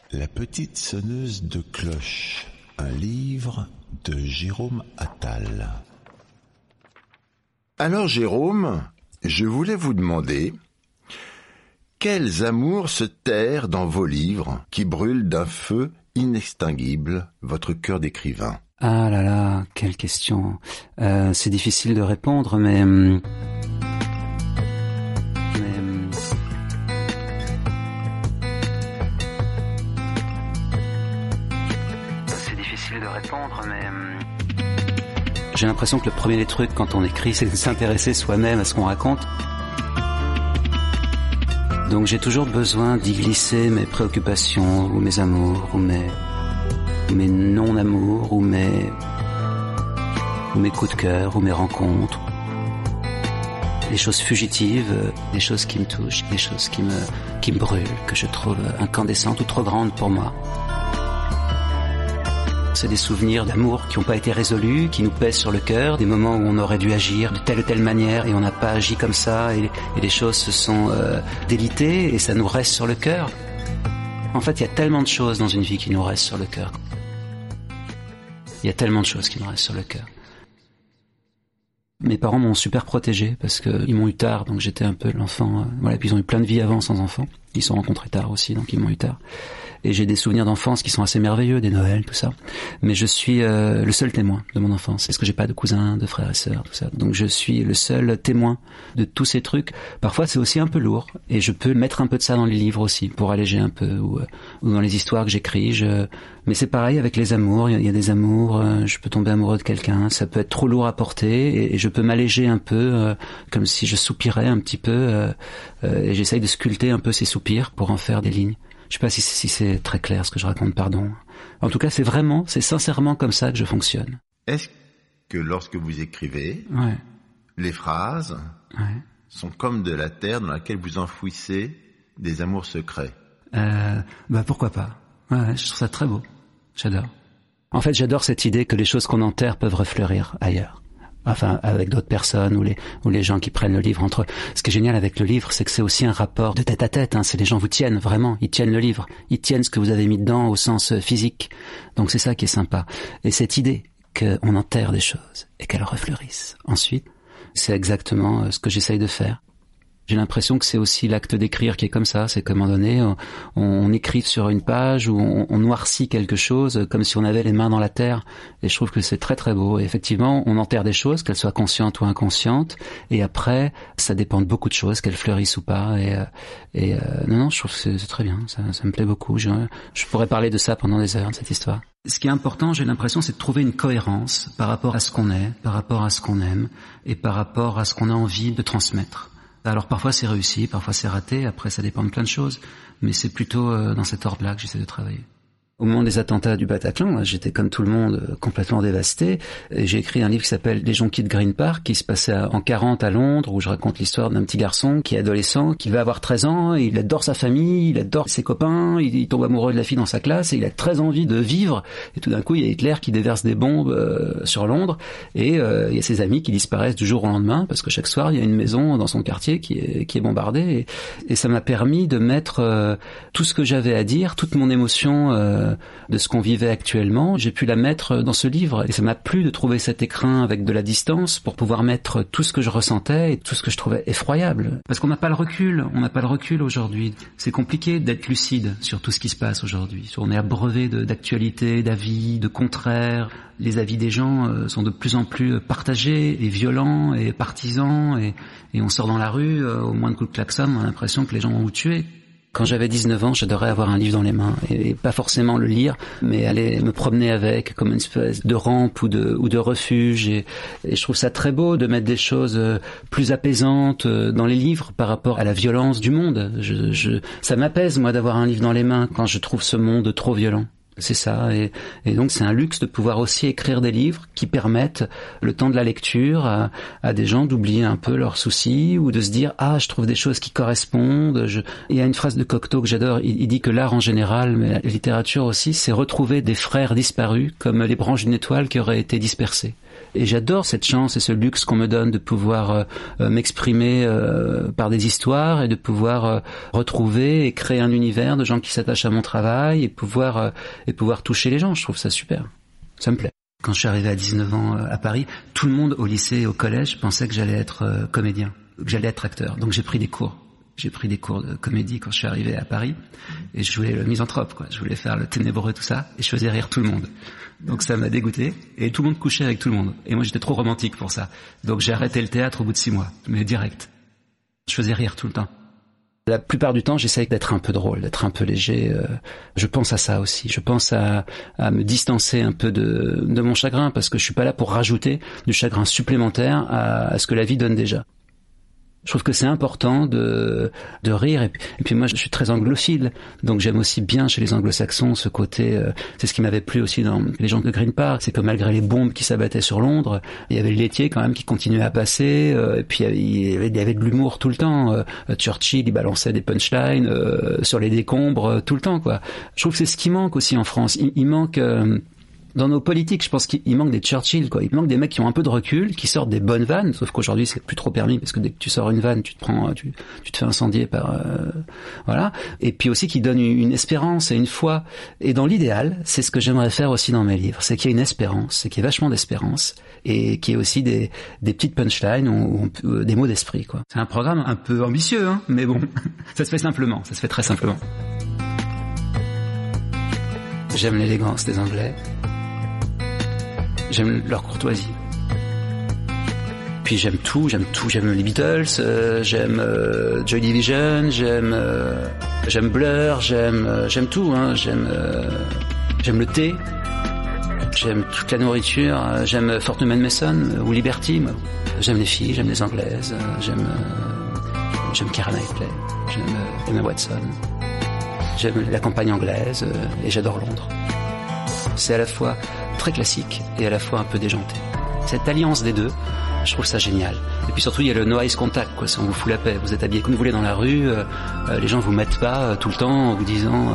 La petite sonneuse de cloche, un livre de Jérôme Attal. Alors Jérôme, je voulais vous demander, quels amours se terrent dans vos livres qui brûlent d'un feu inextinguible votre cœur d'écrivain? Ah là là, quelle question. C'est difficile de répondre, mais j'ai l'impression que le premier des trucs quand on écrit, c'est de s'intéresser soi-même à ce qu'on raconte. Donc j'ai toujours besoin d'y glisser mes préoccupations, ou mes amours, ou mes non-amours, ou mes coups de cœur, ou mes rencontres. Des choses fugitives, des choses qui me touchent, des choses qui me brûlent, que je trouve incandescentes ou trop grandes pour moi. C'est des souvenirs d'amour qui n'ont pas été résolus, qui nous pèsent sur le cœur, des moments où on aurait dû agir de telle ou telle manière et on n'a pas agi comme ça et les choses se sont délitées et ça nous reste sur le cœur. En fait, il y a tellement de choses dans une vie qui nous restent sur le cœur. Il y a tellement de choses qui nous restent sur le cœur. Mes parents m'ont super protégé parce qu'ils m'ont eu tard, donc j'étais un peu l'enfant. Voilà, puis ils ont eu plein de vies avant sans enfants. Ils se sont rencontrés tard aussi, donc ils m'ont eu tard. Et j'ai des souvenirs d'enfance qui sont assez merveilleux, des Noëls, tout ça. Mais je suis le seul témoin de mon enfance. Parce que j'ai pas de cousins, de frères et sœurs, tout ça. Donc je suis le seul témoin de tous ces trucs. Parfois c'est aussi un peu lourd. Et je peux mettre un peu de ça dans les livres aussi, pour alléger un peu. Ou dans les histoires que j'écris. Mais c'est pareil avec les amours. Il y a des amours, je peux tomber amoureux de quelqu'un. Ça peut être trop lourd à porter. Et je peux m'alléger un peu, comme si je soupirais un petit peu. Et j'essaye de sculpter un peu ces soupirs pour en faire des lignes. Je sais pas si c'est très clair ce que je raconte, pardon. En tout cas, c'est sincèrement comme ça que je fonctionne. Est-ce que lorsque vous écrivez, ouais, les phrases sont comme de la terre dans laquelle vous enfouissez des amours secrets? Pourquoi pas. Ouais, je trouve ça très beau. J'adore. En fait, j'adore cette idée que les choses qu'on enterre peuvent refleurir ailleurs. Enfin, avec d'autres personnes ou les gens qui prennent le livre entre eux. Ce qui est génial avec le livre, c'est que c'est aussi un rapport de tête à tête. C'est les gens vous tiennent vraiment, ils tiennent le livre, ils tiennent ce que vous avez mis dedans au sens physique. Donc c'est ça qui est sympa. Et cette idée qu'on enterre des choses et qu'elles refleurissent ensuite, c'est exactement ce que j'essaye de faire. J'ai l'impression que c'est aussi l'acte d'écrire qui est comme ça. C'est qu'à un moment donné, on écrit sur une page ou on noircit quelque chose comme si on avait les mains dans la terre. Et je trouve que c'est très très beau. Et effectivement, on enterre des choses, qu'elles soient conscientes ou inconscientes. Et après, ça dépend de beaucoup de choses, qu'elles fleurissent ou pas. Non, je trouve que c'est très bien. Ça me plaît beaucoup. Je pourrais parler de ça pendant des heures, de cette histoire. Ce qui est important, j'ai l'impression, c'est de trouver une cohérence par rapport à ce qu'on est, par rapport à ce qu'on aime et par rapport à ce qu'on a envie de transmettre. Alors parfois c'est réussi, parfois c'est raté, après ça dépend de plein de choses, mais c'est plutôt dans cet ordre-là que j'essaie de travailler. Au moment des attentats du Bataclan, j'étais comme tout le monde complètement dévasté. Et j'ai écrit un livre qui s'appelle Les gens quittent Green Park, qui se passait en 40 à Londres, où je raconte l'histoire d'un petit garçon qui est adolescent, qui va avoir 13 ans, et il adore sa famille, il adore ses copains, il tombe amoureux de la fille dans sa classe, et il a très envie de vivre. Et tout d'un coup, il y a Hitler qui déverse des bombes sur Londres, et il y a ses amis qui disparaissent du jour au lendemain, parce que chaque soir, il y a une maison dans son quartier qui est bombardée. Et ça m'a permis de mettre tout ce que j'avais à dire, toute mon émotion de ce qu'on vivait actuellement, j'ai pu la mettre dans ce livre. Et ça m'a plu de trouver cet écrin avec de la distance pour pouvoir mettre tout ce que je ressentais et tout ce que je trouvais effroyable. Parce qu'on n'a pas le recul aujourd'hui. C'est compliqué d'être lucide sur tout ce qui se passe aujourd'hui. On est abreuvé d'actualités, d'avis, de contraires. Les avis des gens sont de plus en plus partagés et violents et partisans. Et on sort dans la rue, au moins de coups de klaxon, on a l'impression que les gens vont vous tuer. Quand j'avais 19 ans, j'adorais avoir un livre dans les mains et pas forcément le lire, mais aller me promener avec comme une espèce de rampe ou de refuge. Et je trouve ça très beau de mettre des choses plus apaisantes dans les livres par rapport à la violence du monde. Ça m'apaise, moi, d'avoir un livre dans les mains quand je trouve ce monde trop violent. C'est ça, et donc c'est un luxe de pouvoir aussi écrire des livres qui permettent le temps de la lecture à des gens d'oublier un peu leurs soucis ou de se dire je trouve des choses qui correspondent. Il y a une phrase de Cocteau que j'adore, il dit que l'art en général, mais la littérature aussi, c'est retrouver des frères disparus comme les branches d'une étoile qui auraient été dispersées. Et j'adore cette chance et ce luxe qu'on me donne de pouvoir m'exprimer par des histoires et de pouvoir retrouver et créer un univers de gens qui s'attachent à mon travail et pouvoir toucher les gens. Je trouve ça super. Ça me plaît. Quand je suis arrivé à 19 ans à Paris, tout le monde au lycée et au collège pensait que j'allais être comédien, que j'allais être acteur. Donc j'ai pris des cours. J'ai pris des cours de comédie quand je suis arrivé à Paris et je jouais le misanthrope, quoi. Je voulais faire le ténébreux, tout ça, et je faisais rire tout le monde. Donc ça m'a dégoûté et tout le monde couchait avec tout le monde. Et moi j'étais trop romantique pour ça. Donc j'ai arrêté le théâtre au bout de 6 mois, mais direct. Je faisais rire tout le temps. La plupart du temps, j'essaye d'être un peu drôle, d'être un peu léger. Je pense à ça aussi. Je pense à me distancer un peu de mon chagrin parce que je suis pas là pour rajouter du chagrin supplémentaire à ce que la vie donne déjà. Je trouve que c'est important de rire et puis moi je suis très anglophile, donc j'aime aussi bien chez les anglo-saxons ce côté, c'est ce qui m'avait plu aussi dans les gens de Green Park, c'est que malgré les bombes qui s'abattaient sur Londres, il y avait le laitier quand même qui continuait à passer, et puis il y avait de l'humour tout le temps. Churchill il balançait des punchlines sur les décombres tout le temps, quoi. Je trouve que c'est ce qui manque aussi en France. Il manque dans nos politiques, je pense qu'il manque des Churchill, quoi. Il manque des mecs qui ont un peu de recul, qui sortent des bonnes vannes, sauf qu'aujourd'hui c'est plus trop permis parce que dès que tu sors une vanne, tu te fais incendier par voilà. Et puis aussi qui donnent une espérance et une foi. Et dans l'idéal, c'est ce que j'aimerais faire aussi dans mes livres, c'est qu'il y ait une espérance, c'est qu'il y ait vachement d'espérance et qu'il y ait aussi des petites punchlines ou des mots d'esprit, quoi. C'est un programme un peu ambitieux, hein, mais bon, ça se fait simplement, ça se fait très simplement. J'aime l'élégance des Anglais. J'aime leur courtoisie. Puis j'aime tout, j'aime les Beatles, j'aime Joy Division, j'aime Blur, j'aime tout, hein, j'aime le thé, j'aime toute la nourriture, j'aime Fortnum & Mason ou Liberty, j'aime les filles, j'aime les Anglaises, j'aime Keira Knightley, j'aime Emma Watson, j'aime la campagne anglaise et j'adore Londres. C'est à la fois très classique et à la fois un peu déjanté. Cette alliance des deux, je trouve ça génial. Et puis surtout, il y a le no eyes contact, quoi. Si on vous fout la paix, vous êtes habillé comme vous voulez dans la rue, les gens vous mettent pas tout le temps en vous disant...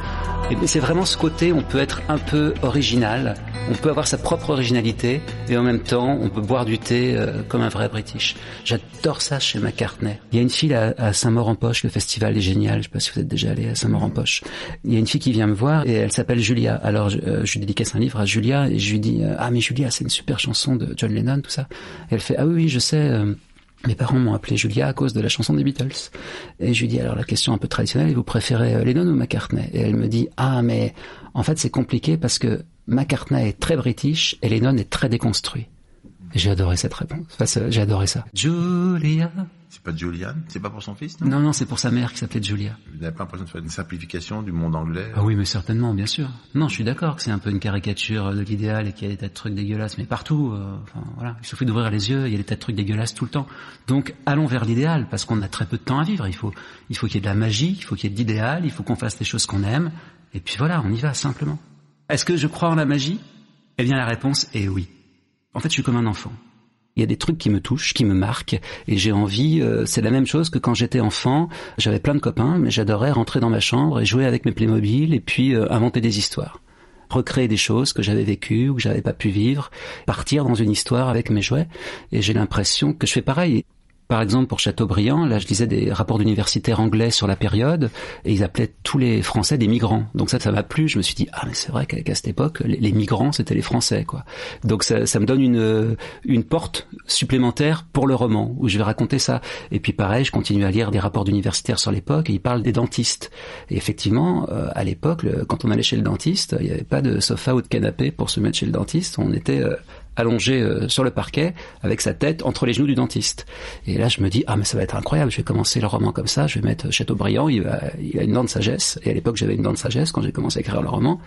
Et c'est vraiment ce côté, on peut être un peu original, on peut avoir sa propre originalité, et en même temps, on peut boire du thé comme un vrai British. J'adore ça chez McCartney. Il y a une fille à Saint-Maur-en-Poche, le festival est génial, je sais pas si vous êtes déjà allé à Saint-Maur-en-Poche. Il y a une fille qui vient me voir, et elle s'appelle Julia. Alors, je lui dédicace un livre à Julia, et je lui dis, ah mais Julia, c'est une super chanson de John Lennon, tout ça. Et elle fait, ah oui, je sais... Mes parents m'ont appelé Julia à cause de la chanson des Beatles. Et je lui dis, alors la question un peu traditionnelle, vous préférez Lennon ou McCartney? Et elle me dit, ah mais en fait c'est compliqué parce que McCartney est très british et Lennon est très déconstruit. Et j'ai adoré cette réponse. Enfin, j'ai adoré ça. Julia. C'est pas Julian? C'est pas pour son fils, non? Non, c'est pour sa mère qui s'appelait Julia. Vous n'avez pas l'impression de faire une simplification du monde anglais? Ah oui, mais certainement, bien sûr. Non, je suis d'accord que c'est un peu une caricature de l'idéal et qu'il y a des tas de trucs dégueulasses, mais partout. Enfin, voilà, il suffit d'ouvrir les yeux, il y a des tas de trucs dégueulasses tout le temps. Donc, allons vers l'idéal, parce qu'on a très peu de temps à vivre. Il faut qu'il y ait de la magie, il faut qu'il y ait de l'idéal, il faut qu'on fasse les choses qu'on aime. Et puis voilà, on y va, simplement. Est-ce que je crois en la magie? Eh bien, la réponse est oui. En fait, je suis comme un enfant. Il y a des trucs qui me touchent, qui me marquent, et j'ai envie, c'est la même chose que quand j'étais enfant, j'avais plein de copains, mais j'adorais rentrer dans ma chambre et jouer avec mes Playmobil, et puis inventer des histoires. Recréer des choses que j'avais vécues ou que j'avais pas pu vivre, partir dans une histoire avec mes jouets, et j'ai l'impression que je fais pareil. Par exemple, pour Chateaubriand, là, je lisais des rapports d'universitaires anglais sur la période, et ils appelaient tous les Français des migrants. Donc ça m'a plu. Je me suis dit, ah, mais c'est vrai qu'à cette époque, les migrants, c'était les Français, quoi. Donc ça me donne une porte supplémentaire pour le roman, où je vais raconter ça. Et puis pareil, je continue à lire des rapports d'universitaires sur l'époque, et ils parlent des dentistes. Et effectivement, à l'époque, quand on allait chez le dentiste, il n'y avait pas de sofa ou de canapé pour se mettre chez le dentiste. On était allongé sur le parquet avec sa tête entre les genoux du dentiste. Et là, je me dis, ah mais ça va être incroyable, je vais commencer le roman comme ça, je vais mettre Chateaubriand, il a une dent de sagesse, et à l'époque j'avais une dent de sagesse quand j'ai commencé à écrire le roman,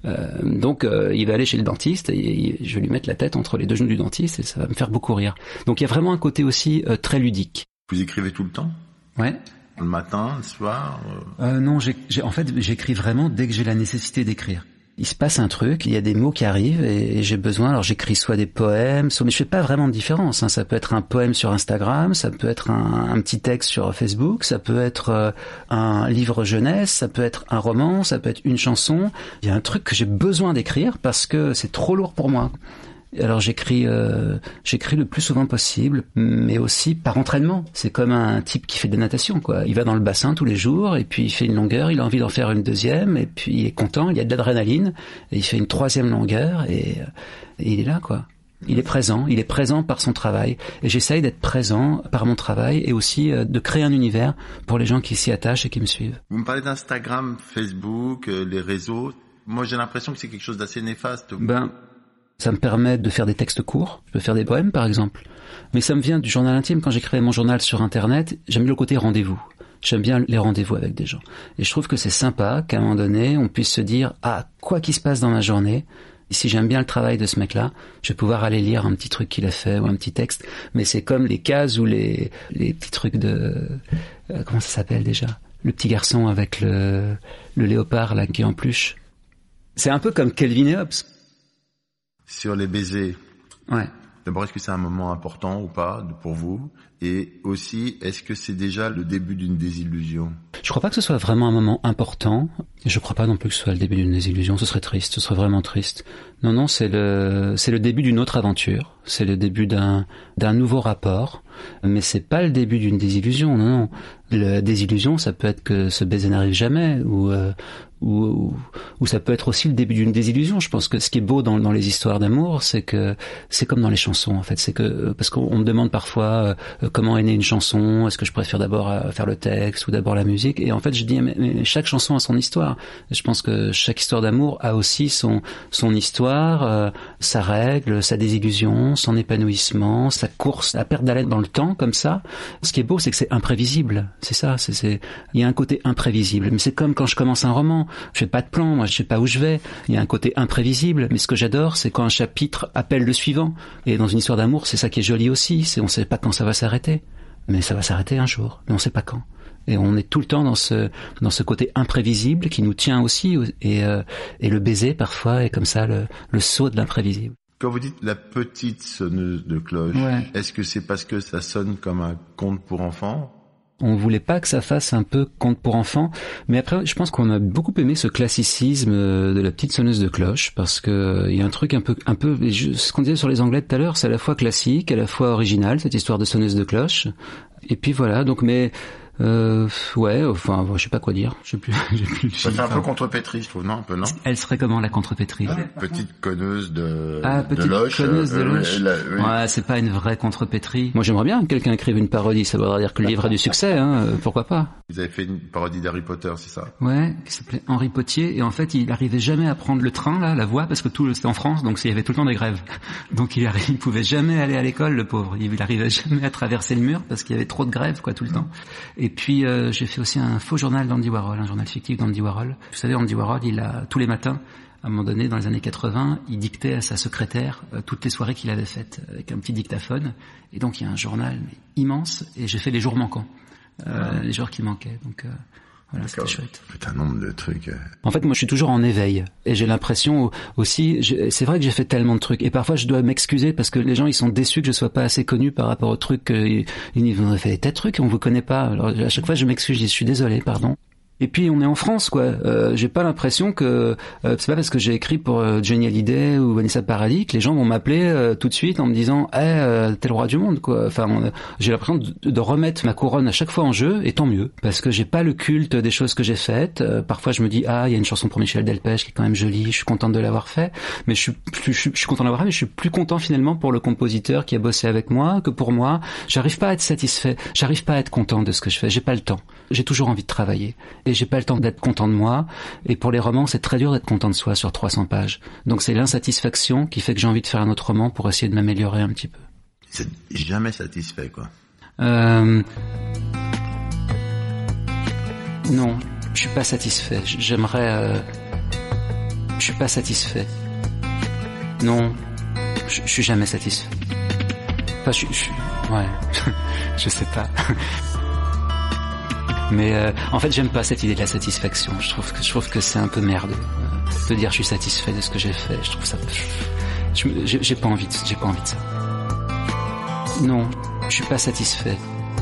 donc il va aller chez le dentiste, et je vais lui mettre la tête entre les deux genoux du dentiste, et ça va me faire beaucoup rire. Donc il y a vraiment un côté aussi très ludique. Vous écrivez tout le temps? Ouais. Le matin, le soir Non, en fait, j'écris vraiment dès que j'ai la nécessité d'écrire. Il se passe un truc, il y a des mots qui arrivent et j'ai besoin, alors j'écris soit des poèmes, mais je fais pas vraiment de différence, hein. Ça peut être un poème sur Instagram, ça peut être un petit texte sur Facebook, ça peut être un livre jeunesse, ça peut être un roman, ça peut être une chanson. Il y a un truc que j'ai besoin d'écrire parce que c'est trop lourd pour moi. Alors j'écris le plus souvent possible, mais aussi par entraînement. C'est comme un type qui fait de la natation, quoi. Il va dans le bassin tous les jours, et puis il fait une longueur, il a envie d'en faire une deuxième, et puis il est content, il y a de l'adrénaline, et il fait une troisième longueur, et il est là, quoi. Il est présent par son travail, et j'essaye d'être présent par mon travail, et aussi de créer un univers pour les gens qui s'y attachent et qui me suivent. Vous me parlez d'Instagram, Facebook, les réseaux. Moi, j'ai l'impression que c'est quelque chose d'assez néfaste. Ça me permet de faire des textes courts. Je peux faire des poèmes, par exemple. Mais ça me vient du journal intime. Quand j'écrivais mon journal sur Internet, j'aime le côté rendez-vous. J'aime bien les rendez-vous avec des gens. Et je trouve que c'est sympa qu'à un moment donné, on puisse se dire, quoi qu'il se passe dans ma journée, et si j'aime bien le travail de ce mec-là, je vais pouvoir aller lire un petit truc qu'il a fait ou un petit texte. Mais c'est comme les cases ou les petits trucs de... comment ça s'appelle déjà ? Le petit garçon avec le léopard là qui est en peluche. C'est un peu comme Kelvin et Hobbes. Sur les baisers. Ouais. D'abord, est-ce que c'est un moment important ou pas pour vous? Et aussi, est-ce que c'est déjà le début d'une désillusion? Je crois pas que ce soit vraiment un moment important. Je crois pas non plus que ce soit le début d'une désillusion. Ce serait triste. Ce serait vraiment triste. Non, c'est le début d'une autre aventure. C'est le début d'un nouveau rapport. Mais c'est pas le début d'une désillusion. Non. La désillusion, ça peut être que ce baiser n'arrive jamais, ou ça peut être aussi le début d'une désillusion. Je pense que ce qui est beau dans les histoires d'amour, c'est que c'est comme dans les chansons, en fait. C'est que, parce qu'on me demande parfois comment est née une chanson, est-ce que je préfère d'abord faire le texte ou d'abord la musique, et en fait je dis mais chaque chanson a son histoire. Je pense que chaque histoire d'amour a aussi son histoire, sa règle, sa désillusion, son épanouissement, sa course, la perte d'haleine dans le temps, comme ça. Ce qui est beau, c'est que c'est imprévisible. C'est ça, il y a un côté imprévisible. Mais c'est comme quand je commence un roman. Je fais pas de plan, moi je sais pas où je vais. Il y a un côté imprévisible. Mais ce que j'adore, c'est quand un chapitre appelle le suivant. Et dans une histoire d'amour, c'est ça qui est joli aussi. On sait pas quand ça va s'arrêter. Mais ça va s'arrêter un jour. Mais on sait pas quand. Et on est tout le temps dans ce côté imprévisible qui nous tient aussi. Et le baiser, parfois, est comme ça le saut de l'imprévisible. Quand vous dites la petite sonneuse de cloche, ouais. Est-ce que c'est parce que ça sonne comme un conte pour enfants? On voulait pas que ça fasse un peu conte pour enfants, mais après je pense qu'on a beaucoup aimé ce classicisme de la petite sonneuse de cloche, parce que il y a un truc un peu ce qu'on disait sur les Anglais tout à l'heure, c'est à la fois classique, à la fois original, cette histoire de sonneuse de cloche. Et puis voilà, donc ouais, enfin, je sais pas quoi dire. Je sais plus. Ça fait un peu contrepétrie, je trouve, non, un peu, non? Elle serait comment, la contrepétrie? Petite conneuse de loche. Conneuse de loche. Oui. Ouais, c'est pas une vraie contrepétrie. Moi, j'aimerais bien que quelqu'un écrive une parodie. Ça voudrait dire que le livre a du succès, hein. Pourquoi pas? Vous avez fait une parodie d'Harry Potter, c'est ça? Ouais, qui s'appelait Henri Potier, et en fait, il arrivait jamais à prendre le train, là, la voie, parce que c'était en France, donc il y avait tout le temps des grèves. Donc il pouvait jamais aller à l'école, le pauvre. Il arrivait jamais à traverser le mur, parce qu'il y avait trop de grèves, quoi, tout le temps. Et puis j'ai fait aussi un faux journal d'Andy Warhol, un journal fictif d'Andy Warhol. Vous savez, Andy Warhol, tous les matins, à un moment donné, dans les années 80, il dictait à sa secrétaire toutes les soirées qu'il avait faites, avec un petit dictaphone. Et donc il y a un journal immense, et j'ai fait les jours manquants, les jours qui manquaient. Donc voilà, c'était chouette. C'est un nombre de trucs. En fait, moi, je suis toujours en éveil. Et j'ai l'impression aussi, c'est vrai que j'ai fait tellement de trucs. Et parfois, je dois m'excuser parce que les gens, ils sont déçus que je sois pas assez connu par rapport aux trucs. Ils ont fait des tas de trucs et on vous connaît pas. Alors, à chaque fois, je m'excuse, je suis désolé, pardon. Et puis on est en France, quoi. J'ai pas l'impression que c'est pas parce que j'ai écrit pour Johnny Hallyday ou Vanessa Paradis que les gens vont m'appeler tout de suite en me disant t'es le roi du monde, quoi. Enfin, j'ai l'impression de remettre ma couronne à chaque fois en jeu, et tant mieux, parce que j'ai pas le culte des choses que j'ai faites. Parfois je me dis il y a une chanson pour Michel Delpech qui est quand même jolie, je suis contente de l'avoir fait, mais je suis content de l'avoir fait, mais je suis plus content finalement pour le compositeur qui a bossé avec moi que pour moi. J'arrive pas à être satisfait, j'arrive pas à être content de ce que je fais. J'ai pas le temps. J'ai toujours envie de travailler. Et j'ai pas le temps d'être content de moi. Et pour les romans, c'est très dur d'être content de soi sur 300 pages. Donc c'est l'insatisfaction qui fait que j'ai envie de faire un autre roman pour essayer de m'améliorer un petit peu. C'est jamais satisfait, quoi. Non, je suis pas satisfait. J'aimerais... Je suis pas satisfait. Non, je suis jamais satisfait. Enfin, ouais, je sais pas. Mais en fait, j'aime pas cette idée de la satisfaction. Je trouve que c'est un peu merde de dire je suis satisfait de ce que j'ai fait. Je trouve ça. J'ai pas envie de ça. Non, je suis pas satisfait.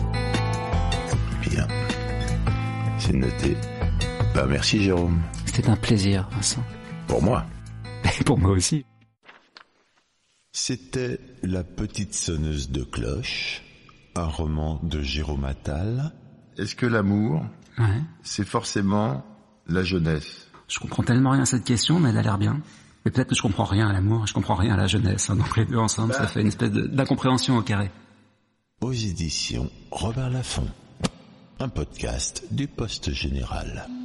Bien, c'est noté. Merci Jérôme. C'était un plaisir, Vincent. Pour moi. Et pour moi aussi. C'était La petite sonneuse de cloche, un roman de Jérôme Attal. Est-ce que l'amour, c'est forcément la jeunesse? Je comprends tellement rien à cette question, mais elle a l'air bien. Mais peut-être que je comprends rien à l'amour, je comprends rien à la jeunesse. Donc les deux ensemble, ça fait une espèce d'incompréhension au carré. Aux éditions Robert Laffont, un podcast du Poste Général.